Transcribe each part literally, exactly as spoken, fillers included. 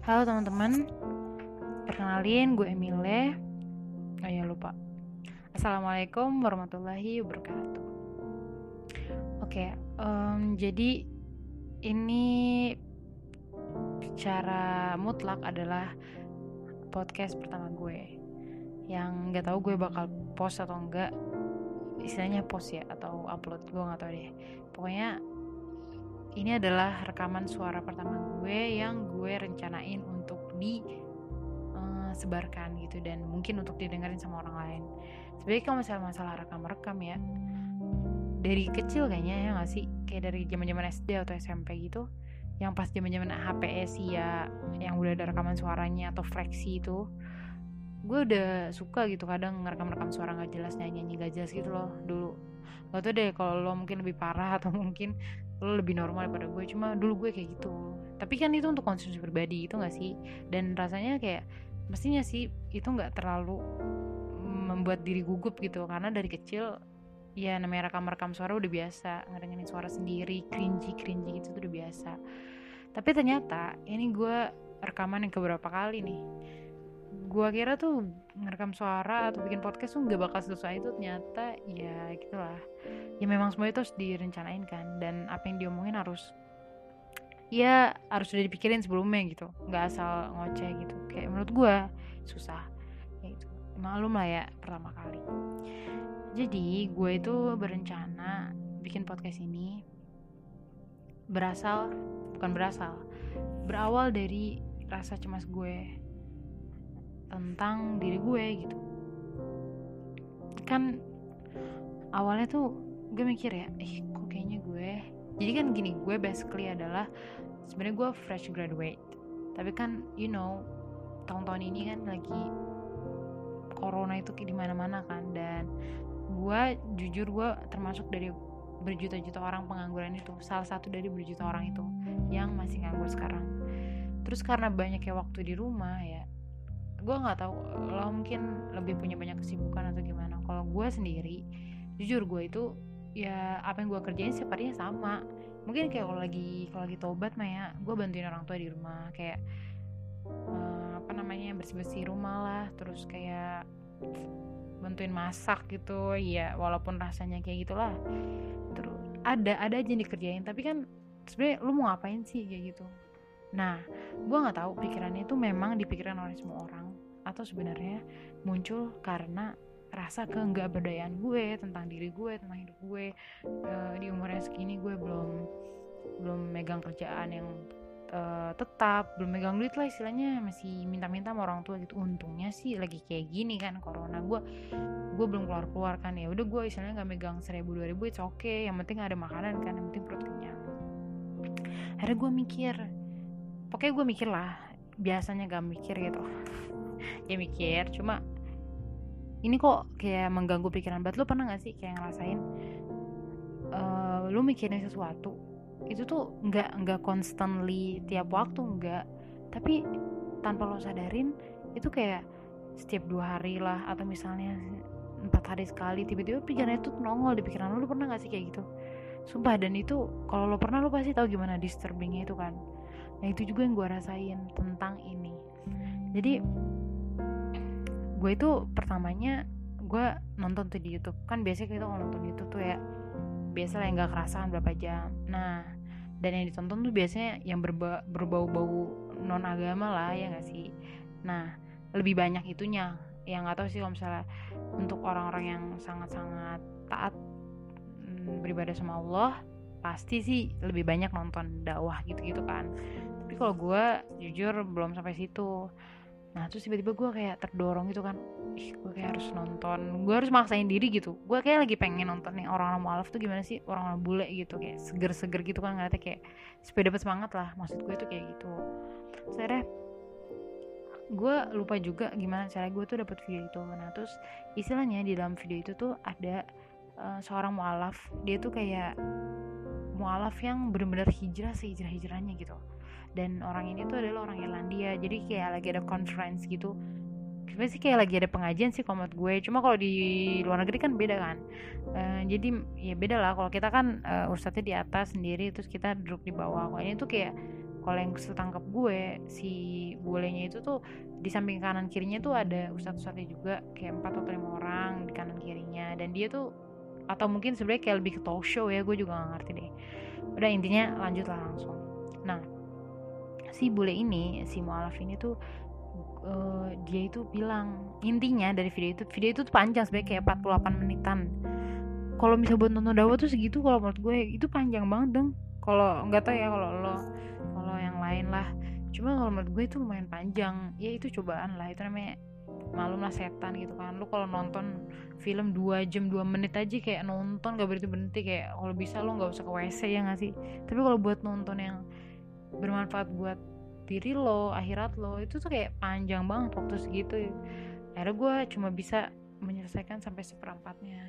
Halo teman-teman, perkenalin gue Emile. Oh ya lupa. Assalamualaikum warahmatullahi wabarakatuh. Oke, um, jadi ini secara mutlak adalah podcast pertama gue. Yang nggak tahu gue bakal post atau enggak, istilahnya post ya atau upload, gue nggak tahu deh. Pokoknya ini adalah rekaman suara pertama gue yang gue rencanain untuk di uh, sebarkan gitu, dan mungkin untuk didengarin sama orang lain. Sebenarnya kalau misalnya masalah rekam-rekam ya, dari kecil kayaknya ya nggak sih, kayak dari zaman-zaman S D atau S M P gitu, yang pas zaman-zaman H P S ya, yang udah ada rekaman suaranya atau fleksi itu, gue udah suka gitu kadang ngerekam-rekam suara nggak jelas, nyanyi-nyanyi nggak jelas gitu loh dulu. Gak tau deh kalau lo mungkin lebih parah atau mungkin lo lebih normal daripada gue, cuma dulu gue kayak gitu. Tapi kan itu untuk konsumsi pribadi itu gak sih, dan rasanya kayak mestinya sih itu gak terlalu membuat diri gugup gitu, karena dari kecil ya namanya rekam-rekam suara udah biasa, ngedengerin suara sendiri cringy-cringy gitu tuh udah biasa. Tapi ternyata ini gue rekaman yang keberapa kali nih. Gue kira tuh ngerekam suara atau bikin podcast tuh gak bakal selesai, itu ternyata ya gitulah. Ya memang semua itu harus direncanain kan, dan apa yang diomongin harus ya harus sudah dipikirin sebelumnya gitu, nggak asal ngoceh gitu. Kayak menurut gue susah ya itu, maklum lah ya pertama kali. Jadi gue itu berencana bikin podcast ini berasal bukan berasal berawal dari rasa cemas gue tentang diri gue gitu. Kan awalnya tuh gue mikir ya, eh kok kayaknya gue, jadi kan gini, gue basically adalah sebenarnya gue fresh graduate, tapi kan you know tahun-tahun ini kan lagi corona itu di mana-mana kan, dan gue jujur gue termasuk dari berjuta-juta orang pengangguran itu, salah satu dari berjuta orang itu yang masih nganggur sekarang. Terus karena banyaknya waktu di rumah ya, gue nggak tahu lo mungkin lebih punya banyak kesibukan atau gimana. Kalau gue sendiri, jujur gue itu ya apa yang gue kerjain setiap harinya sama. Mungkin kayak kalau lagi kalau lagi tobat mah ya, gue bantuin orang tua di rumah, kayak uh, apa namanya bersih-bersih rumah lah, terus kayak bantuin masak gitu ya, walaupun rasanya kayak gitulah. Terus ada ada aja yang dikerjain, tapi kan sebenarnya lu mau ngapain sih kayak gitu. Nah, gue nggak tahu pikirannya itu memang dipikiran oleh semua orang atau sebenarnya muncul karena rasa keenggakberdayaan gue tentang diri gue, tentang hidup gue. E, di umurnya segini gue belum belum megang kerjaan yang e, tetap, belum megang duit lah istilahnya, masih minta-minta sama orang tua gitu. Untungnya sih lagi kayak gini kan corona, gue gue belum keluar-keluar kan, ya udah gue istilahnya nggak megang seribu dua ribu, it's okay, yang penting ada makanan kan, yang penting perut kenyang. Akhirnya gue mikir, pokoknya gue mikir lah, biasanya gak mikir gitu ya mikir, cuma ini kok kayak mengganggu pikiran banget. Lu pernah gak sih kayak ngerasain uh, lu mikirin sesuatu itu tuh gak, gak constantly tiap waktu, enggak, tapi tanpa lo sadarin itu kayak setiap dua hari lah, atau misalnya empat hari sekali tiba-tiba pikirannya tuh nongol di pikiran lo. Lu pernah gak sih kayak gitu? Sumpah, dan itu kalau lo pernah lo pasti tahu gimana disturbingnya itu kan. Nah itu juga yang gue rasain tentang ini. Jadi gue itu pertamanya gue nonton tuh di YouTube. Kan biasanya kita kalau nonton YouTube tuh ya biasa lah yang gak kerasaan berapa jam. Nah, dan yang ditonton tuh biasanya yang berba- berbau-bau non agama lah ya gak sih. Nah lebih banyak itunya. Yang gak tahu sih kalau misalnya untuk orang-orang yang sangat-sangat taat beribadah sama Allah, pasti sih lebih banyak nonton dakwah gitu-gitu kan. Tapi kalau gue jujur belum sampai situ. Nah terus tiba-tiba gue kayak terdorong gitu kan, ih gue kayak harus nonton, gue harus maksain diri gitu. Gue kayak lagi pengen nonton nih orang-orang mualaf tuh gimana sih, orang-orang bule gitu, kayak seger-seger gitu kan, ngeliatnya kayak supaya dapet semangat lah, maksud gue tuh kayak gitu. Sebenarnya gue lupa juga gimana cara gue tuh dapet video itu. Nah terus istilahnya di dalam video itu tuh ada uh, seorang mualaf, dia tuh kayak mualaf yang benar-benar hijrah sehijrah-hijrahnya gitu. Dan orang ini tuh adalah orang Irlandia. Jadi kayak lagi ada conference gitu. Sebenarnya sih kayak lagi ada pengajian sih kalau menurut gue. Cuma kalau di luar negeri kan beda kan. Uh, jadi ya beda lah. Kalau kita kan uh, ustadznya di atas sendiri, terus kita duduk di bawah. Kalau ini tuh kayak kalau yang setangkap gue si bolenya itu tuh di samping kanan kirinya tuh ada ustadz-ustadznya juga kayak empat atau lima orang di kanan kirinya, dan dia tuh atau mungkin sebenarnya kayak lebih ke talk show ya, gue juga gak ngerti deh. Udah intinya lanjut lah langsung. Nah si bule ini, si mualaf ini tuh uh, dia itu bilang intinya dari video itu, video itu tuh panjang sebenarnya kayak empat puluh delapan menitan. Kalau bisa buat nonton dakwah tuh segitu, kalau menurut gue itu panjang banget dong. Kalau nggak tahu ya kalau lo, kalau yang lain lah. Cuma kalau menurut gue itu lumayan panjang. Ya itu cobaan lah, itu namanya malum lah setan gitu kan. Lo kalau nonton film dua jam dua menit aja kayak nonton gak berhenti-berhenti, kayak kalau bisa lo nggak usah ke W C ya nggak sih. Tapi kalau buat nonton yang bermanfaat buat diri lo, akhirat lo, itu tuh kayak panjang banget waktu segitu. Akhirnya gue cuma bisa menyelesaikan sampai seperempatnya,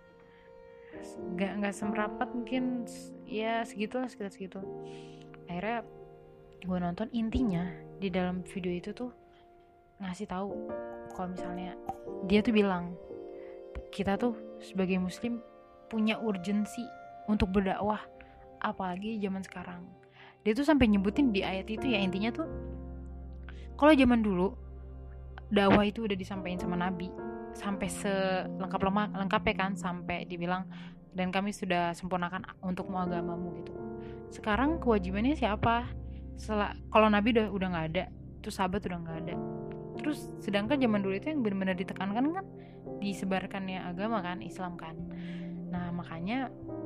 nggak nggak semerapat mungkin ya segitu lah, sekitar segitu. Akhirnya gue nonton, intinya di dalam video itu tuh ngasih tahu kalau misalnya dia tuh bilang kita tuh sebagai muslim punya urgensi untuk berdakwah, apalagi zaman sekarang. Dia tuh sampai nyebutin di ayat itu ya, intinya tuh kalau zaman dulu dakwah itu udah disampaikan sama Nabi sampai selengkap lemah lengkap ya kan, sampai dibilang dan kami sudah sempurnakan untukmu agamamu gitu. Sekarang kewajibannya siapa? Setelah kalau Nabi udah udah nggak ada, terus sahabat udah nggak ada, terus sedangkan zaman dulu itu yang benar-benar ditekankan kan disebarkannya agama kan, Islam kan. Nah makanya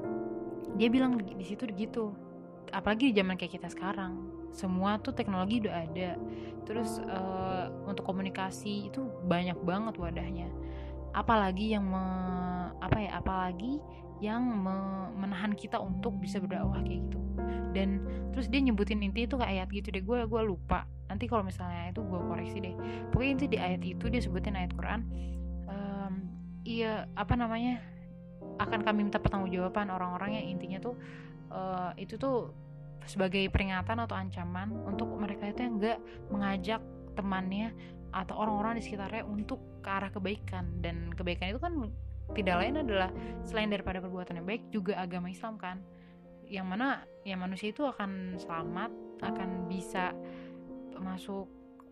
dia bilang di situ gitu. Apalagi di zaman kayak kita sekarang, semua tuh teknologi udah ada, terus uh, untuk komunikasi itu banyak banget wadahnya. Apalagi yang me, apa ya apalagi yang me, menahan kita untuk bisa berdakwah kayak gitu. Dan terus dia nyebutin inti itu kayak ayat gitu deh, gue gue lupa. Nanti kalau misalnya itu gue koreksi deh. Pokoknya inti di ayat itu dia sebutin ayat Quran. Um, iya apa namanya? Akan kami minta pertanggungjawaban orang-orang yang intinya tuh uh, itu tuh sebagai peringatan atau ancaman untuk mereka itu yang enggak mengajak temannya atau orang-orang di sekitarnya untuk ke arah kebaikan. Dan kebaikan itu kan tidak lain adalah selain daripada perbuatan yang baik juga agama Islam kan, yang mana ya manusia itu akan selamat, akan bisa masuk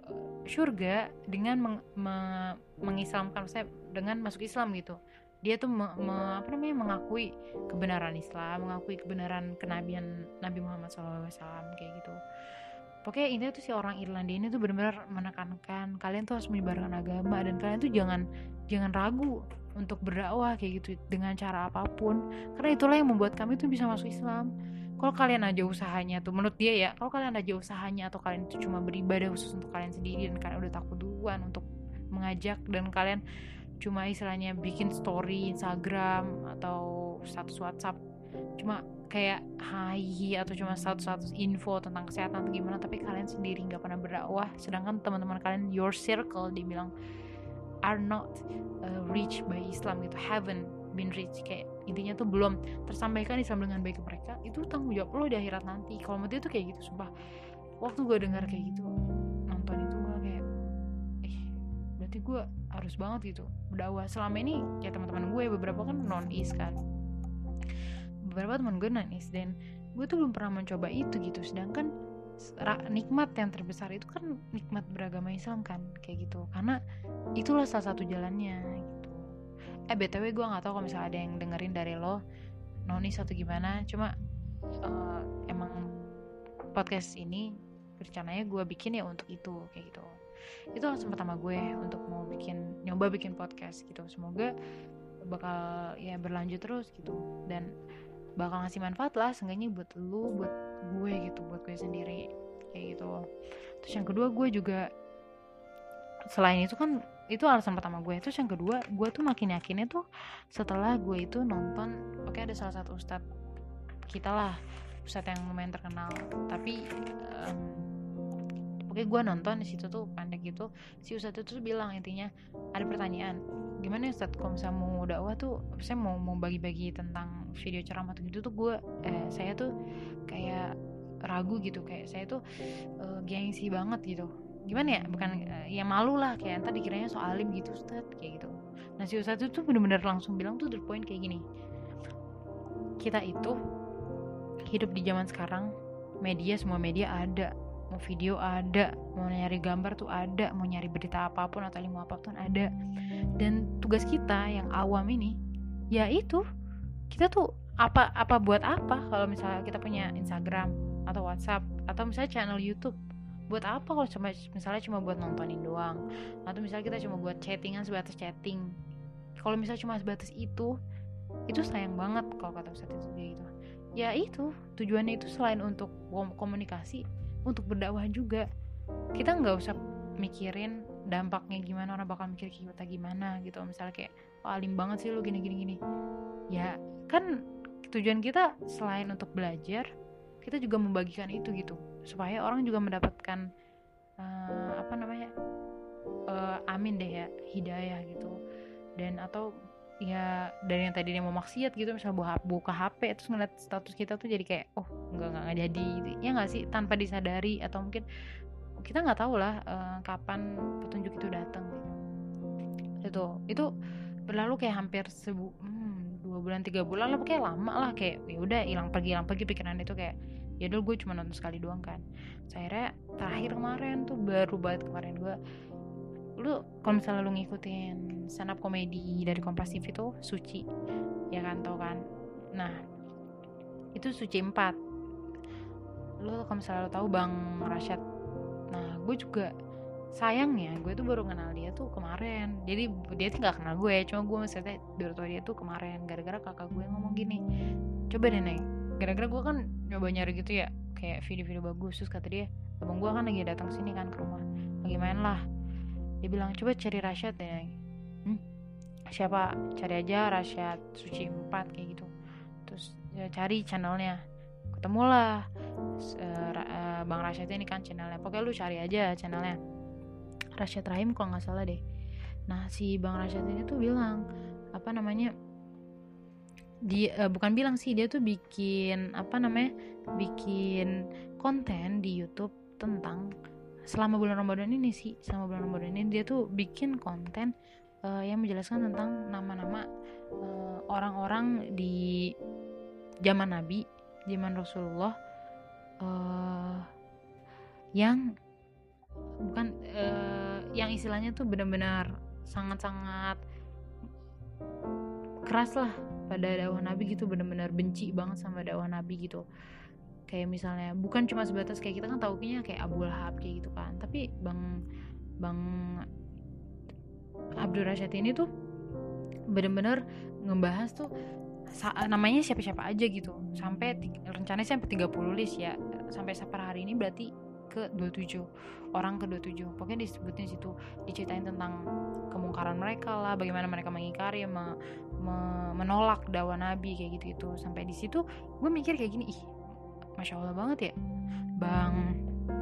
surga dengan meng, me, mengislamkan, saya dengan masuk Islam gitu. Dia tuh me, me, apa namanya mengakui kebenaran Islam, mengakui kebenaran kenabian Nabi Muhammad shallallahu alaihi wasallam kayak gitu. Pokoknya intinya tuh si orang Irlandia ini tuh benar-benar menekankan kalian tuh harus menyebarkan agama, dan kalian tuh jangan jangan ragu untuk berdakwah kayak gitu dengan cara apapun, karena itulah yang membuat kami tuh bisa masuk Islam. Kalau kalian aja usahanya tuh, menurut dia ya, kalau kalian aja usahanya atau kalian itu cuma beribadah khusus untuk kalian sendiri, dan kalian udah takut duluan untuk mengajak, dan kalian cuma istilahnya bikin story Instagram atau status WhatsApp cuma kayak hai atau cuma status-status info tentang kesehatan atau gimana, tapi kalian sendiri nggak pernah berdakwah, sedangkan teman-teman kalian, your circle, dibilang are not uh, reached by Islam gitu, haven't been reached, kayak intinya tuh belum tersampaikan Islam dengan baik ke mereka, itu tanggung jawab lo di akhirat nanti. Kalau menurut dia tuh kayak gitu, sumpah. Waktu gue dengar kayak gitu, nonton itu gue kayak eh berarti gue harus banget gitu berdakwah. Selama ini ya teman-teman gue beberapa kan non-is kan, beberapa teman gue non-is, dan gue tuh belum pernah mencoba itu gitu. Sedangkan nikmat yang terbesar itu kan nikmat beragama Islam kan, kayak gitu, karena itulah salah satu jalannya gitu. Eh btw gue nggak tahu kalau misalnya ada yang dengerin dari lo nonis atau gimana, cuma uh, emang podcast ini rencananya gue bikin ya untuk itu kayak gitu. Itu alasan pertama gue untuk mau bikin nyoba bikin podcast gitu. Semoga bakal ya berlanjut terus gitu, dan bakal ngasih manfaat lah seenggaknya buat lu, buat gue gitu, buat gue sendiri kayak gitu. Terus yang kedua, gue juga selain itu kan itu alasan pertama gue. Terus yang kedua, gue tuh makin yakinnya tuh setelah gue itu nonton, oke okay, ada salah satu ustadz kita lah, ustadz yang lumayan terkenal, tapi um, oke okay, gue nonton di situ tuh pendek gitu. Si ustadz itu tuh bilang intinya ada pertanyaan, gimana ya Ustadz kalau misalnya mau dakwah tuh, saya mau mau bagi-bagi tentang video ceramah tuh gitu tuh gue eh, saya tuh kayak ragu gitu, kayak saya tuh uh, gengsi banget gitu, gimana ya, bukan uh, ya malu lah, kayak entar dikiranya so alim gitu Ustadz kayak gitu. Nah si Ustadz itu tuh bener-bener langsung bilang tuh the point kayak gini, kita itu hidup di zaman sekarang media, semua media ada, mau video ada, mau nyari gambar tuh ada, mau nyari berita apapun atau ilmu apapun ada. Dan tugas kita yang awam ini, ya itu kita tuh apa apa buat apa kalau misalnya kita punya Instagram atau WhatsApp atau misalnya channel YouTube, buat apa kalau cuma misalnya cuma buat nontonin doang, atau misalnya kita cuma buat chattingan sebatas chatting. Kalau misalnya cuma sebatas itu, itu sayang banget kalau kata Ustadz itu kayak gitu. Ya itu tujuannya itu selain untuk komunikasi, untuk berdakwah juga. Kita nggak usah mikirin dampaknya gimana, orang bakal mikir kita gimana gitu. Misalnya kayak, oh, alim banget sih lu gini gini gini. Ya kan tujuan kita selain untuk belajar, kita juga membagikan itu gitu, supaya orang juga mendapatkan uh, apa namanya uh, amin deh ya, hidayah gitu. Dan atau ya dari yang tadinya mau maksiat gitu, misalnya buka, buka H P terus ngeliat status kita tuh jadi kayak oh nggak nggak nggak jadi gitu. Ya nggak sih, tanpa disadari, atau mungkin kita nggak tahu lah uh, kapan petunjuk itu datang gitu. itu itu berlalu kayak hampir sebu hmm, dua bulan tiga bulan lah, pokoknya lama lah, kayak ya udah hilang pergi hilang pergi pikiran itu, kayak ya dulu gue cuma nonton sekali doang kan. Akhirnya terakhir kemarin tuh baru banget kemarin gue, lu kalau misalnya lu ngikutin stand up komedi dari Kompas T V tuh Suci, ya kan, tau kan? Nah itu Suci empat. Lu kalau misalnya lu tahu Bang Rashad, nah gue juga sayangnya gue tuh baru kenal dia tuh kemarin. Jadi dia tuh nggak kenal gue, cuma gue maksudnya baru tau dia tuh kemarin gara-gara kakak gue ngomong gini, coba deh Neng, gara-gara gue kan nyoba nyari gitu ya kayak video-video bagus, terus kata dia abang gue kan lagi datang sini kan ke rumah, lagi main lah. Dia bilang coba cari Rashad ya. Hmm? Siapa? Cari aja Rashad Suci empat kayak gitu. Terus ya, cari channelnya, ketemulah uh, uh, Bang Rashad ini kan channelnya. Pokoknya lu cari aja channelnya Rashad Rahim kalau nggak salah deh. Nah si Bang Rashad ini tuh bilang apa namanya, dia uh, bukan bilang sih, dia tuh bikin apa namanya, bikin konten di YouTube tentang selama bulan Ramadan ini sih, selama bulan Ramadan ini dia tuh bikin konten uh, yang menjelaskan tentang nama-nama uh, orang-orang di zaman Nabi, zaman Rasulullah, uh, yang bukan uh, yang istilahnya tuh benar-benar sangat-sangat keras lah pada dakwah Nabi gitu, benar-benar benci banget sama dakwah Nabi gitu. Kayak misalnya bukan cuma sebatas kayak kita kan taunya kayak Abu Lahab kayak gitu kan, tapi Bang Bang Abdul Rashad ini tuh benar-benar ngebahas tuh sa- namanya siapa-siapa aja gitu, sampai t- rencananya sampai tiga puluh list ya, sampai per hari ini berarti ke dua puluh tujuh orang, ke dua puluh tujuh pokoknya disebutin situ, diceritain tentang kemungkaran mereka lah, bagaimana mereka mengingkari, me- me- menolak dakwah Nabi kayak gitu-gitu. Sampai di situ gue mikir kayak gini, ih Masya Allah banget ya Bang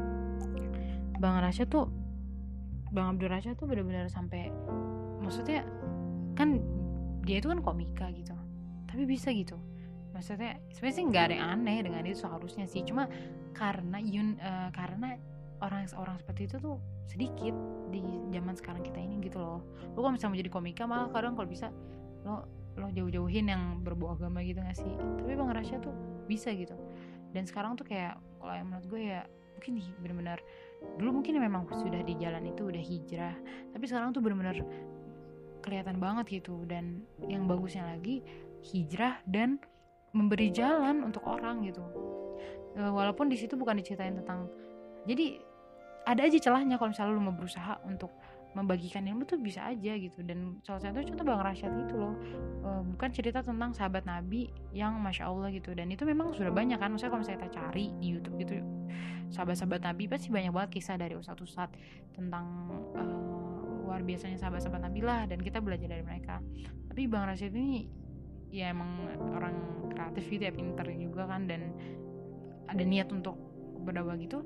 Bang Rashad tuh, Bang Abdul Rashad tuh benar-benar sampai, maksudnya kan dia itu kan komika gitu, tapi bisa gitu. Maksudnya sebenarnya sih nggak ada yang aneh dengan itu seharusnya sih, cuma karena yun, uh, karena orang-orang seperti itu tuh sedikit di zaman sekarang kita ini gitu loh. Lo kalau misalnya mau jadi komika malah kadang kalau bisa lo lo jauh-jauhin yang berbau agama gitu nggak sih? Tapi Bang Rashad tuh bisa gitu. Dan sekarang tuh kayak kalau yang menurut gue ya mungkin benar-benar dulu mungkin memang sudah di jalan itu udah hijrah, tapi sekarang tuh benar-benar kelihatan banget gitu. Dan yang bagusnya lagi hijrah dan memberi jalan untuk orang gitu, e, walaupun di situ bukan diceritain tentang, jadi ada aja celahnya kalau misalnya lu mau berusaha untuk membagikan ilmu tuh bisa aja gitu. Dan salah satu contoh Bang Rashad itu loh, e, bukan cerita tentang sahabat Nabi yang Masya Allah gitu, dan itu memang sudah banyak kan, maksudnya kalau misalnya kita cari di YouTube gitu sahabat-sahabat Nabi pasti banyak banget kisah dari ustadz-ustadz tentang uh, luar biasanya sahabat-sahabat Nabi lah, dan kita belajar dari mereka. Tapi Bang Rashad ini ya emang orang kreatif gitu ya, pinter juga kan, dan ada niat untuk berdakwah gitu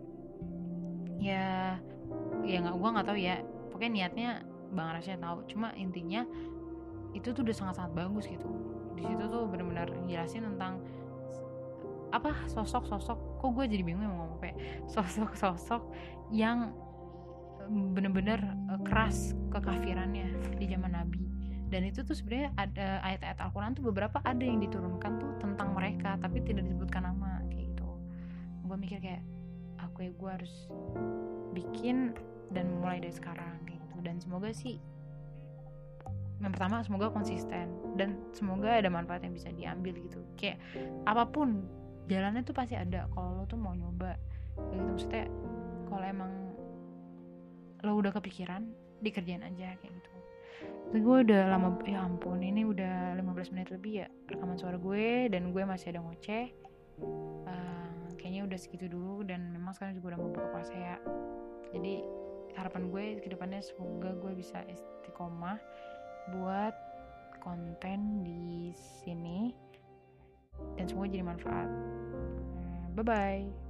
ya. Ya nggak, gua nggak tahu ya, pokoknya niatnya Bang Rashad tahu, cuma intinya itu tuh udah sangat-sangat bagus gitu. Di situ tuh benar-benar jelasin tentang apa, sosok-sosok, kok gue jadi bingung ya mau ngomong apa ya, sosok-sosok yang benar-benar keras kekafirannya di zaman Nabi. Dan itu tuh sebenarnya ada ayat-ayat Al-Quran tuh beberapa ada yang diturunkan tuh tentang mereka, tapi tidak disebutkan nama kayak gitu. Gue gue mikir kayak aku ya gue harus bikin dan mulai dari sekarang kayak gitu. Dan semoga sih, yang pertama semoga konsisten dan semoga ada manfaat yang bisa diambil gitu. Kayak apapun jalannya tuh pasti ada kalau lo tuh mau nyoba kayak gitu. Maksudnya kalau emang lo udah kepikiran, dikerjain aja kayak gitu. Tapi gue udah lama, ya ampun, ini udah lima belas menit lebih ya rekaman suara gue, dan gue masih ada ngoceh. uh, Kayaknya udah segitu dulu, dan memang sekarang juga udah mau buka puasa ya. Jadi harapan gue ke depannya semoga gue bisa istiqomah buat konten di sini dan semoga jadi manfaat. Bye bye.